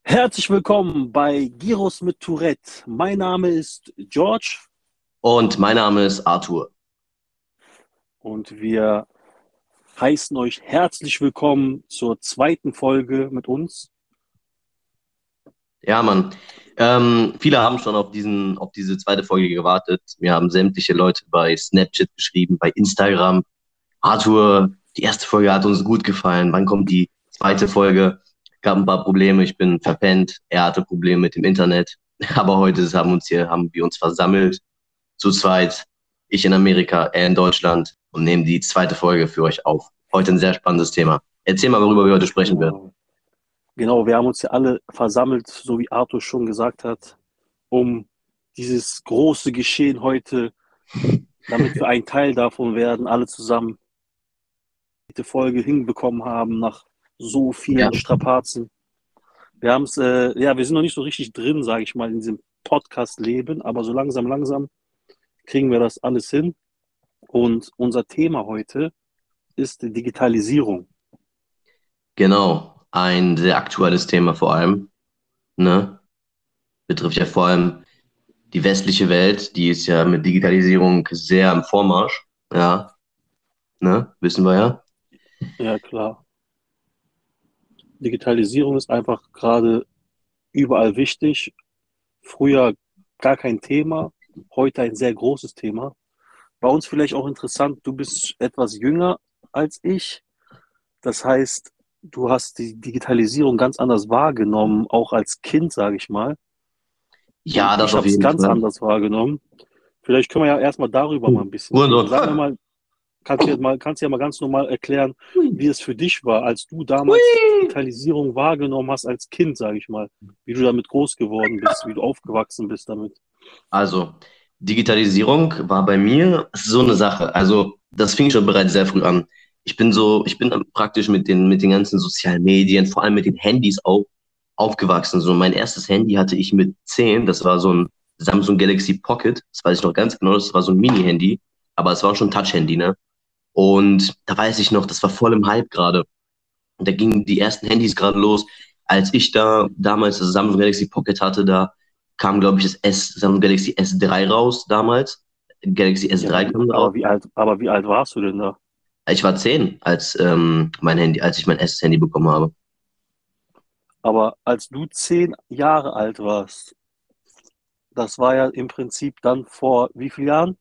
Herzlich willkommen bei Gyros mit Tourette. Mein Name ist George Und mein Name ist Arthur. und wir heißen euch herzlich willkommen zur zweiten Folge mit uns. Ja, Mann. Viele haben schon auf diese zweite Folge gewartet. Mir haben sämtliche Leute bei Snapchat geschrieben, bei Instagram. Arthur, die erste Folge hat uns gut gefallen. Wann kommt die zweite Folge? Gab ein paar Probleme. Ich bin verpennt. Er hatte Probleme mit dem Internet. Aber heute haben wir uns versammelt. Zu zweit. Ich in Amerika, er in Deutschland und nehmen die zweite Folge für euch auf. Heute ein sehr spannendes Thema. Erzähl mal, worüber wir heute sprechen werden. Genau, wir haben uns ja alle versammelt, so wie Arthur schon gesagt hat, um dieses große Geschehen heute, damit wir ein Teil davon werden, alle zusammen die Folge hinbekommen haben nach so Ja. vielen Strapazen. Wir haben es, wir sind noch nicht so richtig drin, sage ich mal, in diesem Podcast-Leben, aber so langsam kriegen wir das alles hin. Und unser Thema heute ist die Digitalisierung. Genau, ein sehr aktuelles Thema vor allem, ne? Betrifft ja vor allem die westliche Welt, die ist ja mit Digitalisierung sehr im Vormarsch, ja, ne? Wissen wir ja. Ja, klar. Digitalisierung ist einfach gerade überall wichtig. Früher gar kein Thema, heute ein sehr großes Thema. Bei uns vielleicht auch interessant, du bist etwas jünger als ich. Das heißt, du hast die Digitalisierung ganz anders wahrgenommen, auch als Kind, sage ich mal. Und Ja, das ich auf habe es jeden ganz Fall. anders wahrgenommen. Vielleicht können wir ja erstmal darüber mal ein bisschen reden. Hurensohn. Sagen wir mal, kannst du ja mal ganz normal erklären, Hui. wie es für dich war, als du damals die Hui. Digitalisierung wahrgenommen hast als Kind, sage ich mal. Wie du damit groß geworden bist, wie du aufgewachsen bist damit. Also, Digitalisierung war bei mir so eine Sache. Also, das fing schon bereits sehr früh an. Ich bin praktisch mit den ganzen sozialen Medien, vor allem mit den Handys auch aufgewachsen. So, mein erstes Handy hatte ich mit 10. Das war so ein Samsung Galaxy Pocket. Das weiß ich noch ganz genau. Das war so ein Mini-Handy, aber es war schon ein Touch-Handy, ne? Und da weiß ich noch, das war voll im Hype gerade. Und da gingen die ersten Handys gerade los. Als ich da damals das Samsung Galaxy Pocket hatte, da kam, glaube ich, Samsung Galaxy S3 raus damals. Galaxy Ja, S3 kam da raus. aber wie alt warst du denn da? Ich war 10, als ich mein erstes Handy bekommen habe. Aber als du 10 Jahre alt warst, das war ja im Prinzip dann vor wie vielen Jahren?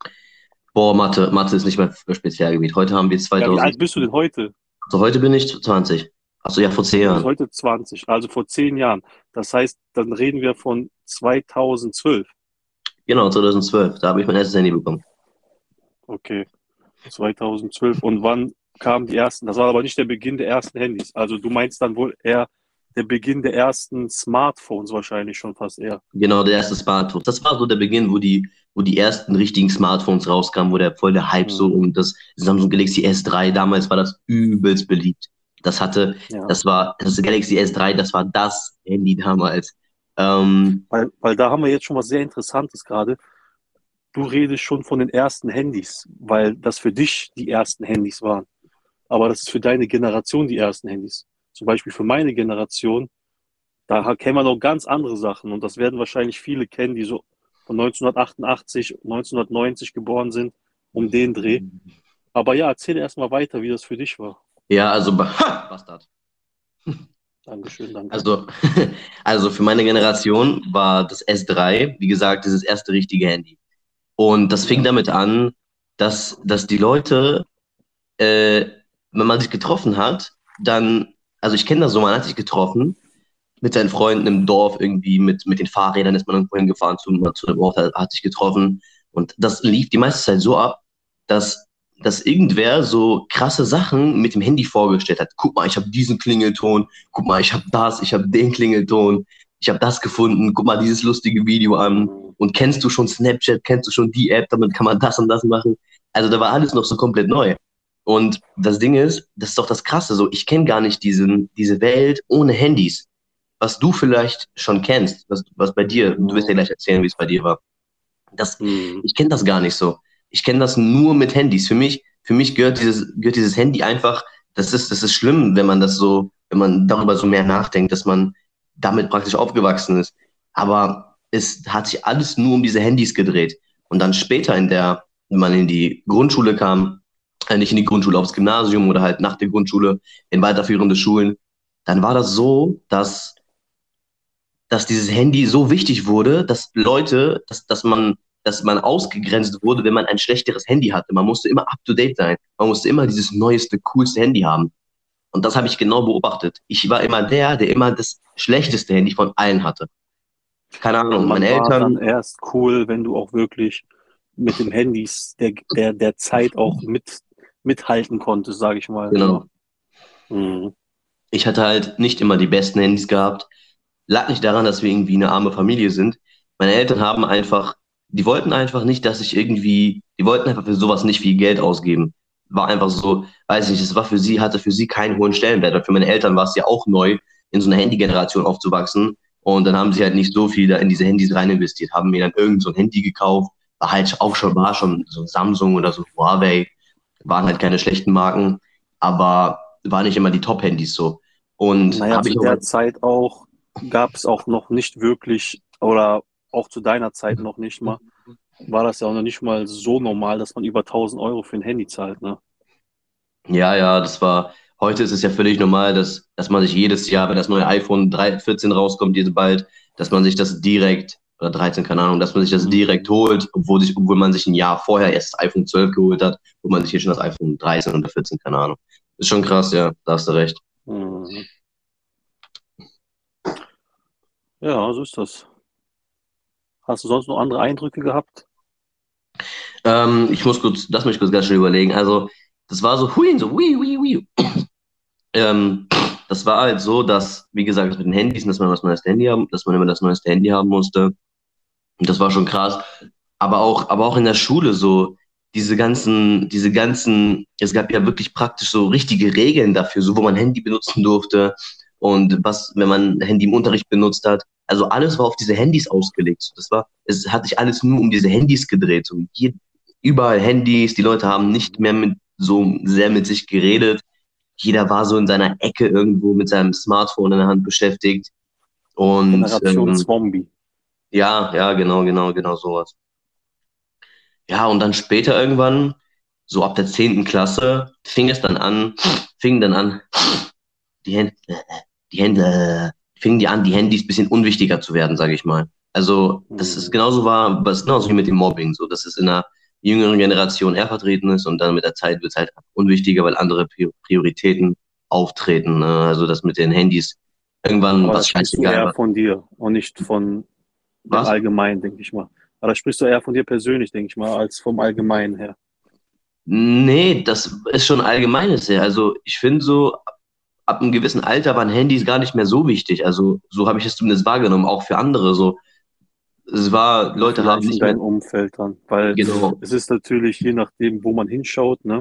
Boah, Mathe ist nicht mein Spezialgebiet. Heute haben wir Ja, wie 2000. alt bist du denn heute? Also heute bin ich 20. Achso, ja, vor 10 Du bist Jahren. heute 20, also vor 10 Jahren. Das heißt, dann reden wir von 2012. Genau, 2012. Da habe ich mein erstes Handy bekommen. Okay, 2012. Und wann kamen die ersten? Das war aber nicht der Beginn der ersten Handys. Also du meinst dann wohl eher der Beginn der ersten Smartphones wahrscheinlich schon fast eher. Genau, der erste Smartphone. Das war so der Beginn, wo die ersten richtigen Smartphones rauskamen, wo der voll der Hype so Mhm. um das Samsung Galaxy S3, damals war das übelst beliebt. Ja, Das Galaxy S3, das war das Handy damals. Ähm, weil da haben wir jetzt schon was sehr Interessantes gerade. Du redest schon von den ersten Handys, weil das für dich die ersten Handys waren. Aber das ist für deine Generation die ersten Handys. Zum Beispiel für meine Generation, da kennen wir noch ganz andere Sachen. Und das werden wahrscheinlich viele kennen, die so von 1988, 1990 geboren sind, um den Dreh. Aber ja, erzähl erst mal weiter, wie das für dich war. ja, also, Bastard. Dankeschön, danke. Also, also für meine Generation war das S3, wie gesagt, dieses erste richtige Handy. Und das fing Ja. damit an, dass die Leute, äh, wenn man sich getroffen hat, dann, also ich kenne das so, man hat sich getroffen mit seinen Freunden im Dorf irgendwie, mit den Fahrrädern ist man irgendwo hingefahren zu einem Ort, hat sich getroffen. Und das lief die meiste Zeit so ab, dass irgendwer so krasse Sachen mit dem Handy vorgestellt hat. Guck mal, ich habe diesen Klingelton, guck mal, ich habe den Klingelton, ich habe das gefunden, guck mal dieses lustige Video an. Mhm. Und kennst du schon Snapchat, kennst du schon die App, damit kann man das und das machen. Also da war alles noch so komplett neu. Und das Ding ist, das ist doch das Krasse, so ich kenne gar nicht diese Welt ohne Handys, was du vielleicht schon kennst, was bei dir, du wirst ja Mhm. gleich erzählen, wie es bei dir war. Mhm. Ich kenne das gar nicht so. Ich kenne das nur mit Handys. Für mich gehört dieses Handy einfach, das ist schlimm, wenn man darüber so mehr nachdenkt, dass man damit praktisch aufgewachsen ist. Aber es hat sich alles nur um diese Handys gedreht. Und dann später wenn man in die Grundschule kam, nicht in die Grundschule, aufs Gymnasium oder halt nach der Grundschule in weiterführende Schulen, dann war das so, dass dieses Handy so wichtig wurde, dass man ausgegrenzt wurde, wenn man ein schlechteres Handy hatte. Man musste immer up to date sein. Man musste immer dieses neueste, coolste Handy haben. Und das habe ich genau beobachtet. Ich war immer der immer das schlechteste Handy von allen hatte. Keine Ahnung, Man meine war dann Eltern, erst cool, wenn du auch wirklich mit den Handys der Zeit auch mithalten konntest, sage ich mal. genau. Mhm. Ich hatte halt nicht immer die besten Handys gehabt. Lag nicht daran, dass wir irgendwie eine arme Familie sind. Meine Eltern die wollten einfach nicht, die wollten einfach für sowas nicht viel Geld ausgeben. War einfach so, weiß nicht, hatte für sie keinen hohen Stellenwert. Und für meine Eltern war es ja auch neu, in so einer Handy-Generation aufzuwachsen. Und dann haben sie halt nicht so viel da in diese Handys rein investiert, haben mir dann irgend so ein Handy gekauft, war schon so ein Samsung oder so Huawei, waren halt keine schlechten Marken, aber waren nicht immer die Top-Handys so. Und Naja, habe zu ich auch der Zeit auch gab es auch noch nicht wirklich, oder auch zu deiner Zeit noch nicht mal, war das ja auch noch nicht mal so normal, dass man über 1.000 € für ein Handy zahlt, ne? Ja, ja, heute ist es ja völlig normal, dass man sich jedes Jahr, wenn das neue iPhone 14 rauskommt, jetzt bald, dass man sich das direkt, oder 13, keine Ahnung, dass man sich das direkt holt, obwohl man sich ein Jahr vorher erst das iPhone 12 geholt hat, wo man sich hier schon das iPhone 13 oder 14, keine Ahnung. Ist schon krass, ja, da hast du recht. Mhm. Ja, so ist das. Hast du sonst noch andere Eindrücke gehabt? Lass mich kurz ganz schnell überlegen. Also, das war so, hui, so, hui, hui, hui. Ähm, Das war halt so, dass, wie gesagt, mit den Handys, dass man immer das neueste Handy haben musste. Und das war schon krass. Aber auch in der Schule so, es gab ja wirklich praktisch so richtige Regeln dafür, so wo man Handy benutzen durfte und wenn man Handy im Unterricht benutzt hat. Also alles war auf diese Handys ausgelegt. Es hat sich alles nur um diese Handys gedreht. Überall Handys, die Leute haben nicht mehr so sehr mit sich geredet. Jeder war so in seiner Ecke irgendwo mit seinem Smartphone in der Hand beschäftigt. Und Generation Zombie. ja, ja, genau sowas. Ja, und dann später irgendwann, so ab der 10. Klasse, fingen dann an, die Hände, die Hände, fingen die an, die Handys ein bisschen unwichtiger zu werden, sage ich mal. Also, was genauso wie mit dem Mobbing, so, dass es in einer jüngeren Generation eher vertreten ist und dann mit der Zeit wird es halt unwichtiger, weil andere Prioritäten auftreten. Ne? Also, das mit den Handys irgendwann Aber das was sprichst du scheißegal eher war. von dir und nicht von dem Was? Allgemeinen, denke ich mal. Aber das sprichst du eher von dir persönlich, denke ich mal, als vom Allgemeinen her. Nee, das ist schon allgemeines her. Also, ich finde so, ab einem gewissen Alter waren Handys gar nicht mehr so wichtig. Also so habe ich es zumindest wahrgenommen, auch für andere so. Ja, Leute haben vielleicht in nicht mehr, deinem Umfeld dann, weil genau. es ist natürlich je nachdem, wo man hinschaut, ne?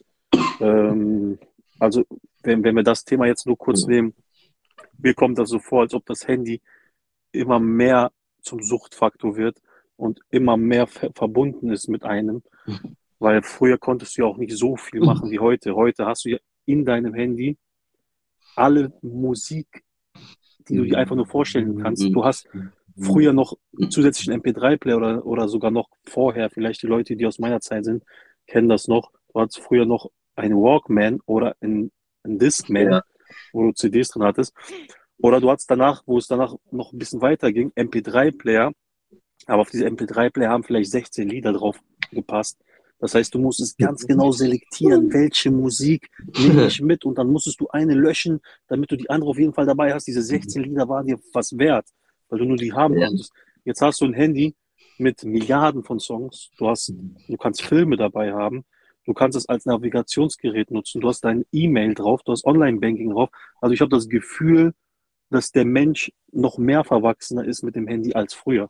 Ähm, also, wenn wir das Thema jetzt nur kurz nehmen, mir kommt das so vor, als ob das Handy immer mehr zum Suchtfaktor wird und immer mehr verbunden ist mit einem, weil früher konntest du ja auch nicht so viel machen wie heute. Heute hast du ja in deinem Handy alle Musik, die du dir einfach nur vorstellen kannst. Du hast früher noch zusätzlichen MP3-Player oder sogar noch vorher, vielleicht die Leute, die aus meiner Zeit sind, kennen das noch. Du hattest früher noch einen Walkman oder einen Discman, Ja, wo du CDs drin hattest. Oder du hattest danach, wo es danach noch ein bisschen weiter ging, MP3-Player. Aber auf diese MP3-Player haben vielleicht 16 Lieder drauf gepasst. Das heißt, du musstest ganz genau selektieren, welche Musik nehme ich mit und dann musstest du eine löschen, damit du die andere auf jeden Fall dabei hast. Diese 16 Lieder waren dir was wert, weil du nur die haben ja, konntest. Jetzt hast du ein Handy mit Milliarden von Songs. Du kannst Filme dabei haben. Du kannst es als Navigationsgerät nutzen. Du hast dein E-Mail drauf, du hast Online-Banking drauf. Also ich habe das Gefühl, dass der Mensch noch mehr verwachsener ist mit dem Handy als früher.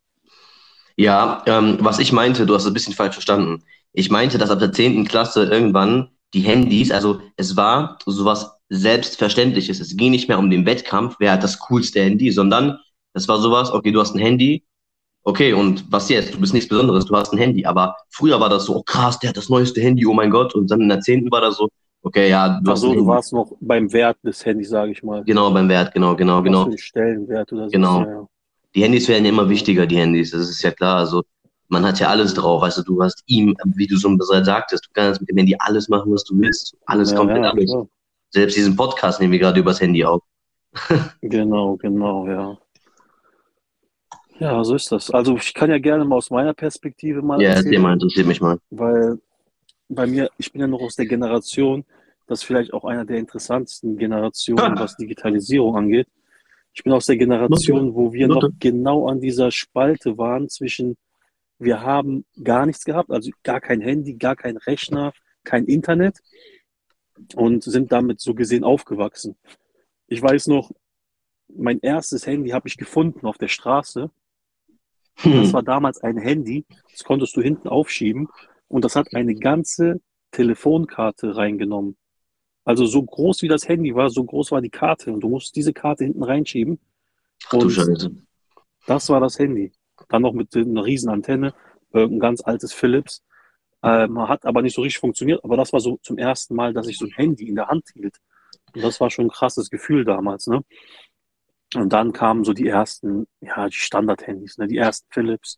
ja, was ich meinte, du hast es ein bisschen falsch verstanden. Ich meinte, dass ab der 10. Klasse irgendwann die Handys, also es war sowas Selbstverständliches. Es ging nicht mehr um den Wettkampf, wer hat das coolste Handy, sondern es war sowas, okay, du hast ein Handy, okay, und was jetzt? Du bist nichts Besonderes, du hast ein Handy. Aber früher war das so, oh krass, der hat das neueste Handy, oh mein Gott. Und dann in der 10. war das so, Okay, ja, du Ach hast ein so, du Handy. warst noch beim Wert des Handys, sage ich mal. Genau, beim Wert, genau, genau, Was für genau, einen Stellenwert du da siehst, ja, genau. ja. Die Handys werden ja immer wichtiger, die Handys, das ist ja klar. Also man hat ja alles drauf. Also du hast ihm, wie du schon bereits sagtest, du kannst mit dem Handy alles machen, was du willst. Alles, Ja, komplett ja, alles. klar. Selbst diesen Podcast nehmen wir gerade übers Handy auf. Genau, genau, ja. Ja, so ist das. Also ich kann ja gerne mal aus meiner Perspektive mal Ja, erzähl mal, erzählen, interessiert mich mal. weil bei mir, ich bin ja noch aus der Generation, das ist vielleicht auch einer der interessantesten Generationen, Ha, was Digitalisierung angeht. Ich bin aus der Note, Generation, wo wir noch Note. genau an dieser Spalte waren zwischen, wir haben gar nichts gehabt, also gar kein Handy, gar kein Rechner, kein Internet und sind damit so gesehen aufgewachsen. Ich weiß noch, mein erstes Handy habe ich gefunden auf der Straße. Und das war Hm. damals ein Handy, das konntest du hinten aufschieben und das hat eine ganze Telefonkarte reingenommen. Also so groß wie das Handy war, so groß war die Karte und du musst diese Karte hinten reinschieben Ach du und Scheiße. das war das Handy. Dann noch mit einer riesen Antenne, ein ganz altes Philips. Hat aber nicht so richtig funktioniert, aber das war so zum ersten Mal, dass ich so ein Handy in der Hand hielt. Und das war schon ein krasses Gefühl damals, ne? Und dann kamen so die ersten, ja, die Standard-Handys, ne? Die ersten Philips,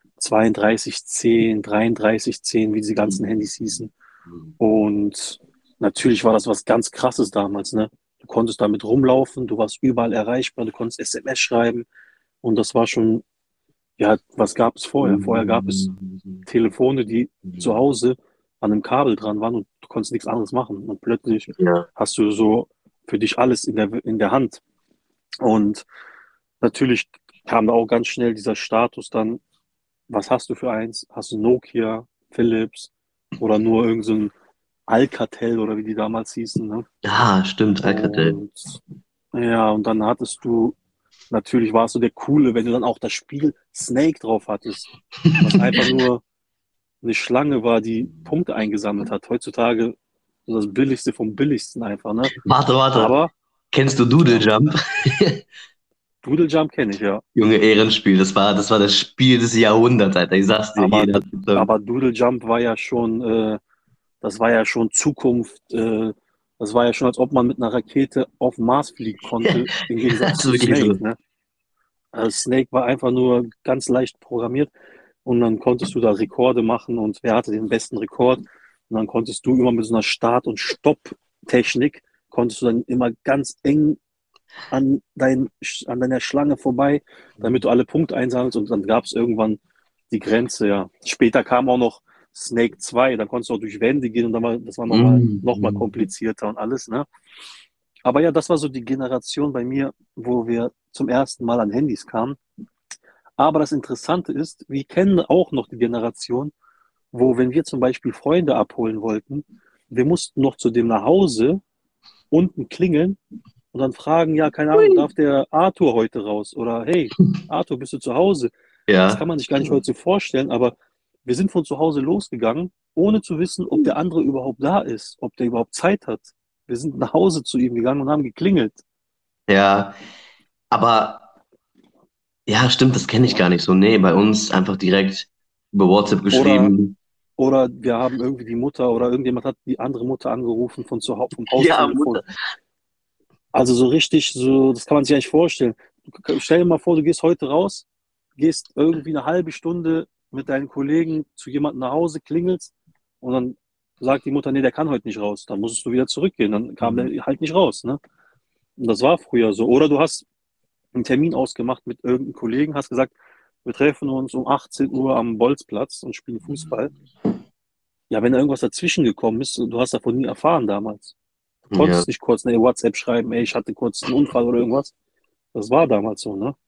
3210, 3310, wie diese ganzen Handys hießen. Und natürlich war das was ganz Krasses damals, ne? Du konntest damit rumlaufen, du warst überall erreichbar, du konntest SMS schreiben. Und das war schon, ja, was gab es vorher? Vorher gab es Telefone, die zu Hause an einem Kabel dran waren und du konntest nichts anderes machen. Und plötzlich Ja. hast du so für dich alles in der Hand. Und natürlich kam da auch ganz schnell dieser Status dann, was hast du für eins? Hast du Nokia, Philips oder nur irgend so ein Alcatel oder wie die damals hießen, ne? Ah, stimmt, Alcatel. Und ja, und dann hattest du, natürlich warst du der Coole, wenn du dann auch das Spiel Snake drauf hattest, was einfach nur eine Schlange war, die Punkte eingesammelt hat. Heutzutage so das Billigste vom Billigsten einfach, ne? Warte, warte. Aber, Kennst du Doodle ja, Jump? Doodle Jump kenne ich, ja. Junge, Ehrenspiel. Das war das Spiel des Jahrhunderts, Alter. Ich sag's dir, Aber, jeder hat gezockt. aber Doodle Jump war ja schon, das war ja schon Zukunft. Das war ja schon, als ob man mit einer Rakete auf den Mars fliegen konnte, im Das Gegensatz ist zu wirklich Snake, so. ne? Also Snake war einfach nur ganz leicht programmiert und dann konntest du da Rekorde machen und wer hatte den besten Rekord? Und dann konntest du immer mit so einer Start- und Stopp-Technik, konntest du dann immer ganz eng an deiner Schlange vorbei, damit du alle Punkte einsammelst und dann gab es irgendwann die Grenze, ja. Später kam auch noch Snake 2, da konntest du auch durch Wände gehen und das war noch mal Mm. komplizierter und alles, ne? Aber ja, das war so die Generation bei mir, wo wir zum ersten Mal an Handys kamen. Aber das Interessante ist, wir kennen auch noch die Generation, wo, wenn wir zum Beispiel Freunde abholen wollten, wir mussten noch zu dem nach Hause unten klingeln und dann fragen, ja, keine Ahnung, Hui. darf der Arthur heute raus? Oder hey, Arthur, bist du zu Hause? Das kann Ja. man sich gar nicht heute so vorstellen, aber wir sind von zu Hause losgegangen, ohne zu wissen, ob der andere überhaupt da ist, ob der überhaupt Zeit hat. Wir sind nach Hause zu ihm gegangen und haben geklingelt. Ja. Aber ja, stimmt, das kenne ich gar nicht so. Nee, bei uns einfach direkt über WhatsApp Oder, geschrieben. oder wir haben irgendwie die Mutter oder irgendjemand hat die andere Mutter angerufen vom Ja, Haustelefon. Mutter. Also so richtig, so, das kann man sich eigentlich vorstellen. Stell dir mal vor, du gehst heute raus, gehst irgendwie eine halbe Stunde mit deinen Kollegen zu jemandem nach Hause, klingelst und dann sagt die Mutter, nee, der kann heute nicht raus. Dann musstest du wieder zurückgehen. Dann kam der halt nicht raus, ne? Und das war früher so. Oder du hast einen Termin ausgemacht mit irgendeinem Kollegen, hast gesagt, wir treffen uns um 18 Uhr am Bolzplatz und spielen Fußball. Ja, wenn da irgendwas dazwischen gekommen ist, du hast davon nie erfahren damals. Du Ja, konntest nicht kurz eine WhatsApp schreiben, ey, ich hatte kurz einen Unfall oder irgendwas. Das war damals so, ne?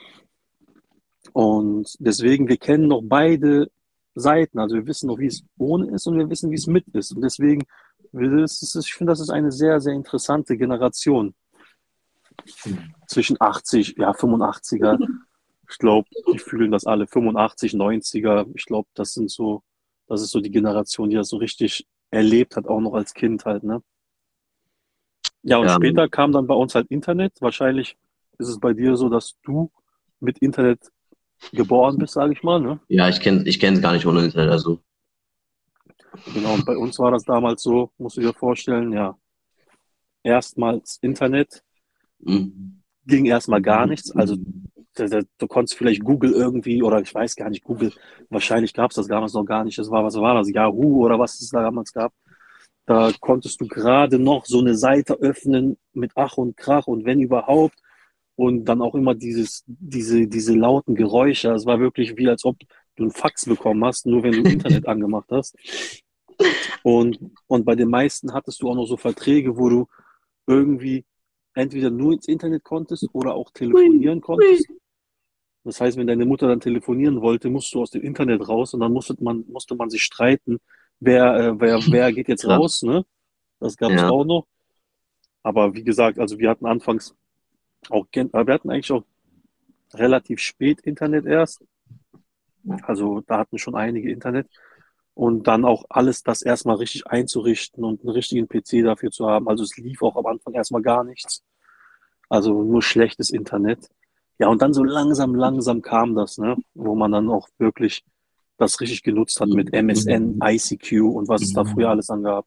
Und deswegen, wir kennen noch beide Seiten. Also wir wissen noch, wie es ohne ist und wir wissen, wie es mit ist. Und deswegen, ich finde, das ist eine sehr, sehr interessante Generation zwischen 80, ja, 85er. Ich glaube, die fühlen das alle. 85, 90er. Ich glaube, das ist so die Generation, die das so richtig erlebt hat, auch noch als Kind halt, ne? Ja, und ja, später kam dann bei uns halt Internet. Wahrscheinlich ist es bei dir so, dass du mit Internet geboren bist, sage ich mal, ne? ja, ich kenn's gar nicht ohne Internet. Also, Genau, und bei uns war das damals so, musst du dir vorstellen, ja, erstmals Internet, Mhm. ging erstmal gar nichts. Also du konntest vielleicht Google irgendwie, oder ich weiß gar nicht, Google, wahrscheinlich gab es das damals noch gar nicht. Das war, was war das? Yahoo oder was es da damals gab. Da konntest du gerade noch so eine Seite öffnen mit Ach und Krach und wenn überhaupt. Und dann auch immer diese lauten Geräusche. Es war wirklich wie, als ob du einen Fax bekommen hast, nur wenn du Internet angemacht hast. Und bei den meisten hattest du auch noch so Verträge, wo du irgendwie entweder nur ins Internet konntest oder auch Hui, telefonieren hui. konntest. Das heißt, wenn deine Mutter dann telefonieren wollte, musst du aus dem Internet raus und dann musste man sich streiten, wer geht jetzt Krass. raus, ne? Das gab es Ja. auch noch. Aber wie gesagt, also wir hatten anfangs wir hatten eigentlich auch relativ spät Internet erst. Also da hatten schon einige Internet. Und dann auch alles das erstmal richtig einzurichten und einen richtigen PC dafür zu haben. Also es lief auch am Anfang erstmal gar nichts. Also nur schlechtes Internet. Ja, und dann so langsam, langsam kam das, ne? Wo man dann auch wirklich das richtig genutzt hat mit MSN, Mhm. ICQ und was es da früher Mhm. alles angab.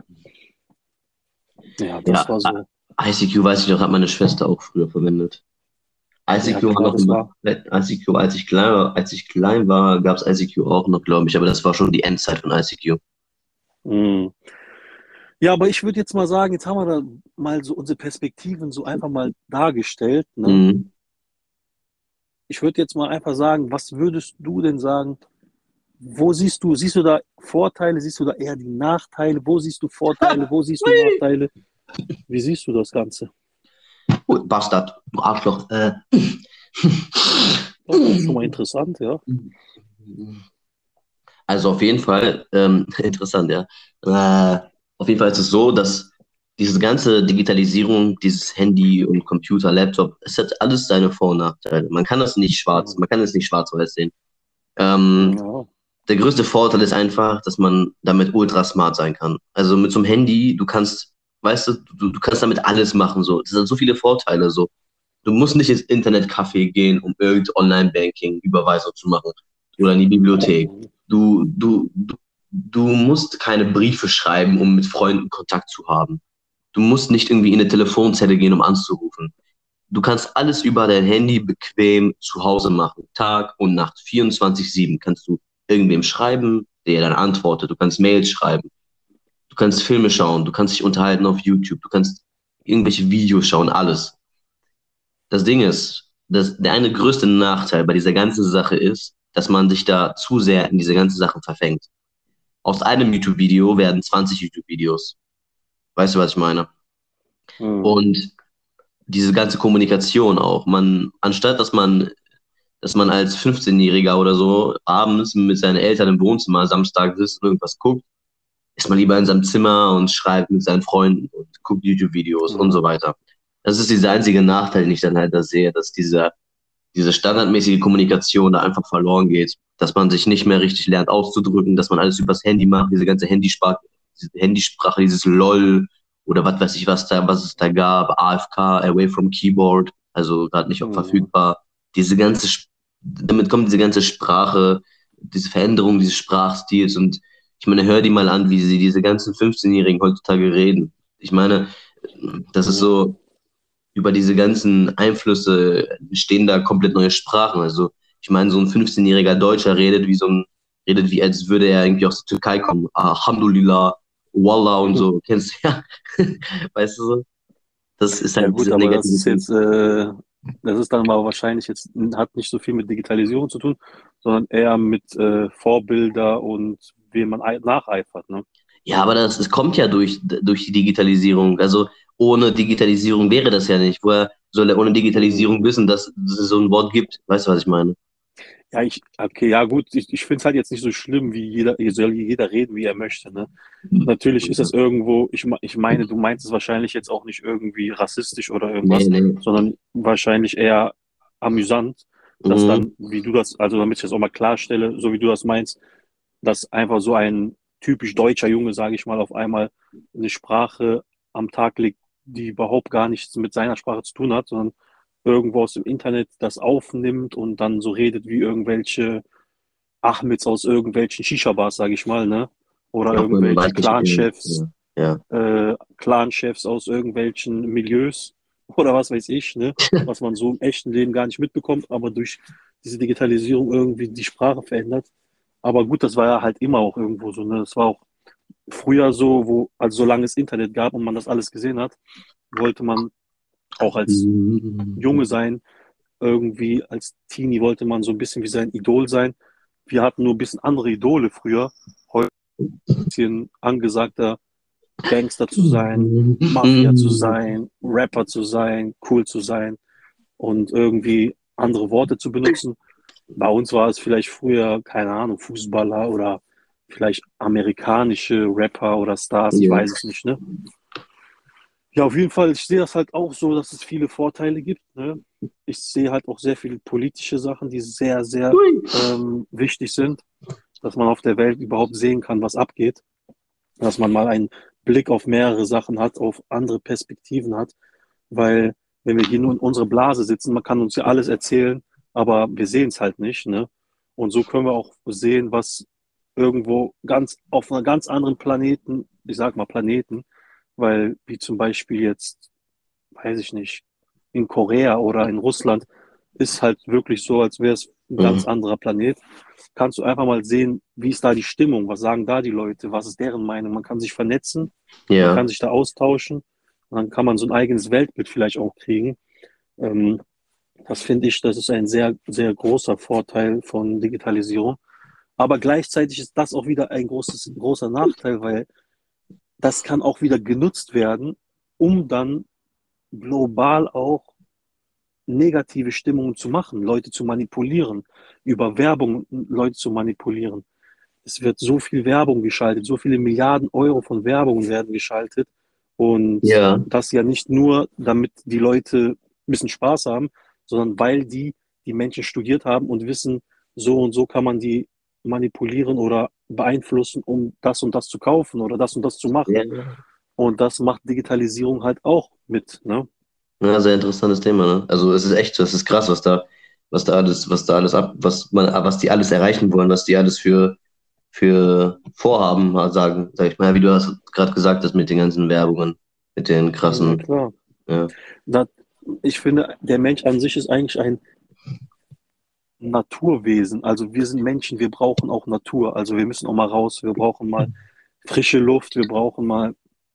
Ja, das Ja, war so. ICQ weiß ich noch, hat meine Schwester auch früher verwendet. Ja, ICQ war klar, noch das immer, war. ICQ, als ich klein war, gab es ICQ auch noch, glaube ich, aber das war schon die Endzeit von ICQ. Mh. Ja, aber ich würde jetzt mal sagen, jetzt haben wir da mal so unsere Perspektiven so einfach mal dargestellt, ne? Mhm. Ich würde jetzt mal einfach sagen, was würdest du denn sagen? Wo siehst du da Vorteile? Siehst du da eher die Nachteile? Wo siehst du Vorteile? Wo siehst du Nachteile? Wie siehst du das Ganze? Oh, Bastard, du Arschloch. Oh, das ist schon mal interessant, ja. Also auf jeden Fall, interessant, ja. Auf jeden Fall ist es so, dass diese ganze Digitalisierung, dieses Handy und Computer, Laptop, es hat alles seine Vor- und Nachteile. Mhm. Man kann es nicht schwarz-weiß sehen. Ähm, Ja. Der größte Vorteil ist einfach, dass man damit ultra smart sein kann. Also mit so einem Handy, du kannst, weißt du kannst damit alles machen, so. Das hat so viele Vorteile, so. Du musst nicht ins Internetcafé gehen, um irgendein Online-Banking, Überweisung zu machen oder in die Bibliothek. Mhm. Du musst keine Briefe schreiben, um mit Freunden Kontakt zu haben. Du musst nicht irgendwie in eine Telefonzelle gehen, um anzurufen. Du kannst alles über dein Handy bequem zu Hause machen. Tag und Nacht, 24/7 kannst du irgendwem schreiben, der dann antwortet. Du kannst Mails schreiben. Du kannst Filme schauen. Du kannst dich unterhalten auf YouTube. Du kannst irgendwelche Videos schauen, alles. Das Ding ist, der eine größte Nachteil bei dieser ganzen Sache ist, dass man sich da zu sehr in diese ganzen Sachen verfängt. Aus einem YouTube-Video werden 20 YouTube-Videos. Weißt du, was ich meine? Mhm. Und diese ganze Kommunikation auch. Dass man als 15-Jähriger oder so abends mit seinen Eltern im Wohnzimmer Samstag sitzt und irgendwas guckt, ist man lieber in seinem Zimmer und schreibt mit seinen Freunden und guckt YouTube-Videos und Ja. so weiter. Das ist dieser einzige Nachteil, den ich dann halt da sehe, dass diese standardmäßige Kommunikation da einfach verloren geht, dass man sich nicht mehr richtig lernt auszudrücken, dass man alles übers Handy macht, diese Handysprache, dieses LOL oder was weiß ich, was es da gab, AFK, Away from Keyboard, also gerade nicht Mhm. verfügbar. Diese ganze, damit kommt diese ganze Sprache, diese Veränderung dieses Sprachstils und ich meine, hör die mal an, wie sie diese ganzen 15-Jährigen heutzutage reden. Ich meine, das ist Ja. so, über diese ganzen Einflüsse entstehen da komplett neue Sprachen. Also ich meine, so ein 15-jähriger Deutscher redet wie als würde er irgendwie aus der Türkei kommen. Alhamdulillah, Wallah und so. Kennst du ja? Weißt du so? Das ist Ja halt gut, dieser aber das negative ist Punkt. jetzt, das ist dann mal wahrscheinlich jetzt, hat nicht so viel mit Digitalisierung zu tun, sondern eher mit Vorbilder und wem man nacheifert, ne? Ja, aber es kommt ja durch die Digitalisierung. Also ohne Digitalisierung wäre das ja nicht. Woher soll er ohne Digitalisierung Mhm. wissen, dass es so ein Wort gibt? Weißt du, was ich meine? Ja, okay, ja gut, ich finde es halt jetzt nicht so schlimm, wie hier soll jeder reden, wie er möchte, ne? Natürlich ist das irgendwo, ich meine, du meinst es wahrscheinlich jetzt auch nicht irgendwie rassistisch oder Nee, irgendwas, nee. sondern wahrscheinlich eher amüsant, dass Mhm. dann, wie du das, also damit ich das auch mal klarstelle, so wie du das meinst, dass einfach so ein typisch deutscher Junge, sage ich mal, auf einmal eine Sprache am Tag legt, die überhaupt gar nichts mit seiner Sprache zu tun hat, sondern irgendwo aus dem Internet das aufnimmt und dann so redet wie irgendwelche Ahmeds aus irgendwelchen Shisha-Bars, sage ich mal, ne? oder Auch wenn man irgendwelche weiß nicht, ja. Clanchefs aus irgendwelchen Milieus oder was weiß ich, ne, was man so im echten Leben gar nicht mitbekommt, aber durch diese Digitalisierung irgendwie die Sprache verändert. Aber gut, das war ja halt immer auch irgendwo so, ne? Das war auch früher so, also solange es Internet gab und man das alles gesehen hat, wollte man auch als Junge sein, irgendwie als Teenie wollte man so ein bisschen wie sein Idol sein. Wir hatten nur ein bisschen andere Idole früher. Heute ein bisschen angesagter, Gangster zu sein, Mafia zu sein, Rapper zu sein, cool zu sein und irgendwie andere Worte zu benutzen. Bei uns war es vielleicht früher, keine Ahnung, Fußballer oder vielleicht amerikanische Rapper oder Stars, ich Ja. weiß es nicht, ne? Ja, auf jeden Fall, ich sehe das halt auch so, dass es viele Vorteile gibt, ne? Ich sehe halt auch sehr viele politische Sachen, die sehr, sehr Ui. wichtig sind, dass man auf der Welt überhaupt sehen kann, was abgeht, dass man mal einen Blick auf mehrere Sachen hat, auf andere Perspektiven hat, weil wenn wir hier nur in unserer Blase sitzen, man kann uns ja alles erzählen, aber wir sehen es halt nicht, ne? Und so können wir auch sehen, was irgendwo ganz auf einer ganz anderen Planeten, ich sag mal Planeten, weil wie zum Beispiel jetzt, weiß ich nicht, in Korea oder in Russland ist halt wirklich so, als wäre es ein ganz Mhm. anderer Planet. Kannst du einfach mal sehen, wie ist da die Stimmung, was sagen da die Leute, was ist deren Meinung. Man kann sich vernetzen, man Ja, kann sich da austauschen und dann kann man so ein eigenes Weltbild vielleicht auch kriegen. Ähm, Das finde ich, das ist ein sehr, sehr großer Vorteil von Digitalisierung. Aber gleichzeitig ist das auch wieder ein großer Nachteil, weil das kann auch wieder genutzt werden, um dann global auch negative Stimmungen zu machen, Leute zu manipulieren, über Werbung Leute zu manipulieren. Es wird so viel Werbung geschaltet, so viele Milliarden Euro von Werbung werden geschaltet. Und ja, das ja nicht nur, damit die Leute ein bisschen Spaß haben, sondern weil die Menschen studiert haben und wissen, so und so kann man die manipulieren oder beeinflussen, um das und das zu kaufen oder das und das zu machen. ja. Und das macht Digitalisierung halt auch mit, ne? Ja, sehr interessantes Thema, ne? Also es ist echt so, es ist krass, was die alles erreichen wollen, was die alles für Vorhaben mal sagen, sag ich mal, wie du hast gerade gesagt hast, mit den ganzen Werbungen, mit den Ja, krassen, klar. ja. Da, Ich finde, der Mensch an sich ist eigentlich ein Naturwesen. Also wir sind Menschen, wir brauchen auch Natur. Also wir müssen auch mal raus, wir brauchen mal frische Luft, wir brauchen mal,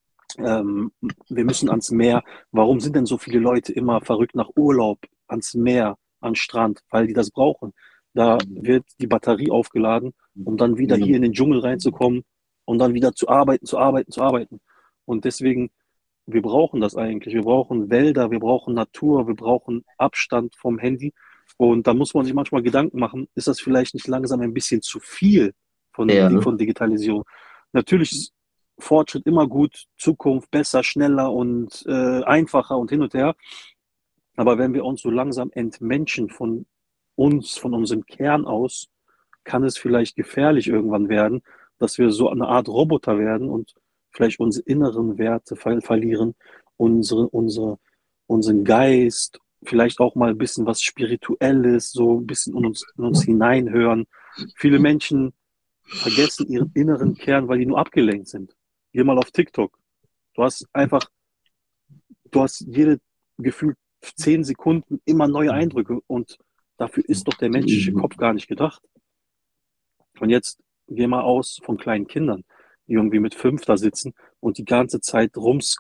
wir müssen ans Meer. Warum sind denn so viele Leute immer verrückt nach Urlaub, ans Meer, an den Strand? Weil die das brauchen. Da wird die Batterie aufgeladen, um dann wieder hier in den Dschungel reinzukommen und dann wieder zu arbeiten, zu arbeiten, zu arbeiten. Und deswegen, wir brauchen das eigentlich. Wir brauchen Wälder, wir brauchen Natur, wir brauchen Abstand vom Handy. Und da muss man sich manchmal Gedanken machen, ist das vielleicht nicht langsam ein bisschen zu viel Ja, ne? von Digitalisierung? Natürlich ist Fortschritt immer gut, Zukunft besser, schneller und einfacher und hin und her. Aber wenn wir uns so langsam entmenschen von uns, von unserem Kern aus, kann es vielleicht gefährlich irgendwann werden, dass wir so eine Art Roboter werden und vielleicht unsere inneren Werte verlieren, unseren Geist, vielleicht auch mal ein bisschen was Spirituelles, so ein bisschen in uns hineinhören. Viele Menschen vergessen ihren inneren Kern, weil die nur abgelenkt sind. Geh mal auf TikTok. Du hast einfach, du hast jede gefühlt 10 Sekunden immer neue Eindrücke und dafür ist doch der menschliche Kopf gar nicht gedacht. Und jetzt geh mal aus von kleinen Kindern, die irgendwie mit 5 da sitzen und die ganze Zeit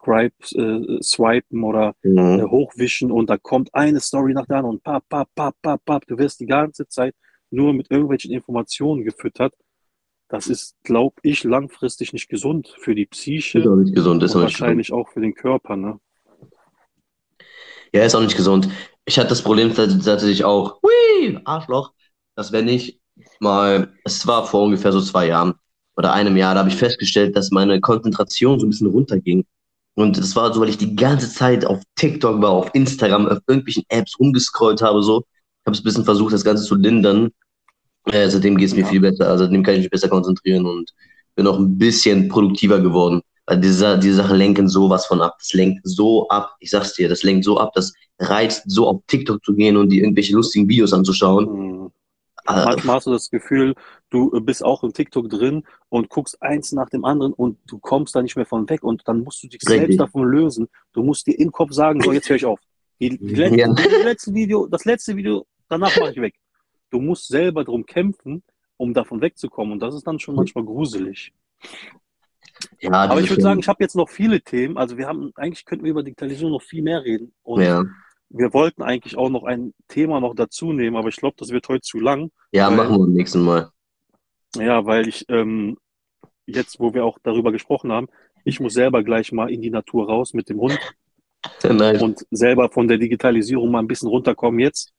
swipen oder Mhm. hochwischen und da kommt eine Story nach der anderen und pap, pap, pap, pap, pap. Du wirst die ganze Zeit nur mit irgendwelchen Informationen gefüttert. Das ist, glaube ich, langfristig nicht gesund für die Ist Psyche auch nicht gesund, ist auch und nicht gesund. wahrscheinlich auch für den Körper, ne? Ja, ist auch nicht gesund. Ich hatte das Problem tatsächlich auch, hui, Arschloch, dass wenn ich mal, es war vor ungefähr so 2 Jahren oder einem Jahr, da habe ich festgestellt, dass meine Konzentration so ein bisschen runterging. Und das war so, weil ich die ganze Zeit auf TikTok war, auf Instagram, auf irgendwelchen Apps rumgescrollt habe, so. Ich habe es ein bisschen versucht, das Ganze zu lindern. Seitdem geht es mir Ja, viel besser, also seitdem kann ich mich besser konzentrieren und bin auch ein bisschen produktiver geworden. Weil diese Sachen lenken sowas von ab. Das lenkt so ab, ich sag's dir, das lenkt so ab, das reizt so auf TikTok zu gehen und die irgendwelche lustigen Videos anzuschauen. mm, Manchmal hast du das Gefühl, du bist auch im TikTok drin und guckst eins nach dem anderen und du kommst da nicht mehr von weg und dann musst du dich selbst Richtig. davon lösen. Du musst dir im Kopf sagen, so jetzt höre ich auf. Ja. Das letzte Video, danach mache ich weg. Du musst selber darum kämpfen, um davon wegzukommen und das ist dann schon manchmal gruselig. Ja, Aber das ich ist würde sagen, schon, ich habe jetzt noch viele Themen. Also eigentlich könnten wir über Digitalisierung noch viel mehr reden und ja. wir wollten eigentlich auch noch ein Thema noch dazu nehmen, aber ich glaube, das wird heute zu lang, Ja, machen weil, wir beim nächsten Mal. ja, weil ich jetzt, wo wir auch darüber gesprochen haben, ich muss selber gleich mal in die Natur raus mit dem Hund Nice. und selber von der Digitalisierung mal ein bisschen runterkommen jetzt.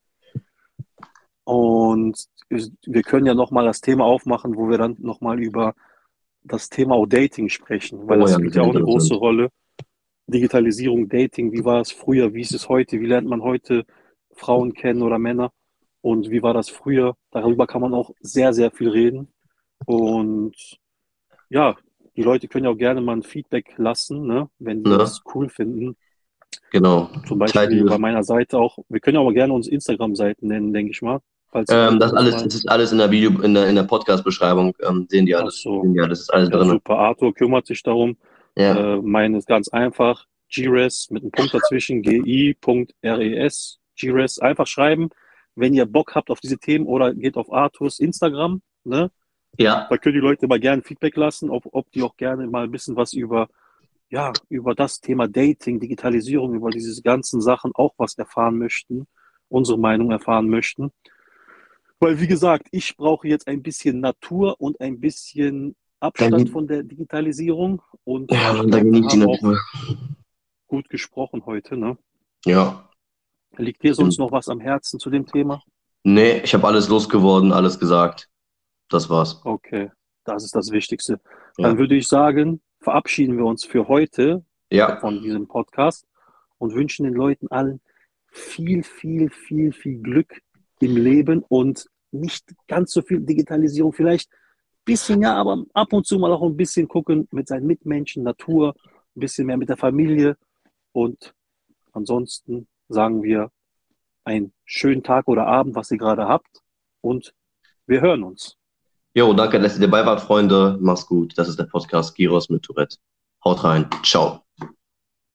Und wir können ja nochmal das Thema aufmachen, wo wir dann nochmal über das Thema auch Dating sprechen, weil Oh das ja, das spielt ja wird auch eine große interessant. Rolle. Digitalisierung, Dating, wie war es früher, wie ist es heute, wie lernt man heute Frauen kennen oder Männer und wie war das früher? Darüber kann man auch sehr, sehr viel reden. Und ja, die Leute können ja auch gerne mal ein Feedback lassen, ne, wenn die Ne? das cool finden. Genau. Zum Teilt Beispiel bei dieses. meiner Seite auch. Wir können ja aber gerne unsere Instagram-Seiten nennen, denke ich mal, falls die Leute das mal. Das ist alles in der in der Podcast-Beschreibung, sehen die Ach alles. so, Sehen die alles, ist alles ja drin. super. Arthur kümmert sich darum. Ja. Meine ist ganz einfach. GRES mit einem Punkt dazwischen. GI.RES. GRES. Einfach schreiben, wenn ihr Bock habt auf diese Themen oder geht auf Arthurs Instagram. Ne? Ja. Da können die Leute mal gerne Feedback lassen, ob die auch gerne mal ein bisschen was über, ja, über das Thema Dating, Digitalisierung, über diese ganzen Sachen auch was erfahren möchten, unsere Meinung erfahren möchten. Weil, wie gesagt, ich brauche jetzt ein bisschen Natur und ein bisschen Dann, Abstand von der Digitalisierung. Und ja, ich Mann, dann glaube, wir genießt die haben auch Natur. gut gesprochen heute. Ne? Ja, Liegt dir sonst stimmt. noch was am Herzen zu dem Thema? Nee, ich habe alles losgeworden, alles gesagt. Das war's. Okay, das ist das Wichtigste. Dann Ja. würde ich sagen, verabschieden wir uns für heute Ja. von diesem Podcast und wünschen den Leuten allen viel, viel, viel, viel Glück im Leben und nicht ganz so viel Digitalisierung. Vielleicht ein bisschen, ja, aber ab und zu mal auch ein bisschen gucken mit seinen Mitmenschen, Natur, ein bisschen mehr mit der Familie. Und ansonsten sagen wir einen schönen Tag oder Abend, was ihr gerade habt. Und wir hören uns. Jo, danke, dass ihr dabei wart, Freunde. Mach's gut. Das ist der Podcast Gyros mit Tourette. Haut rein. Ciao.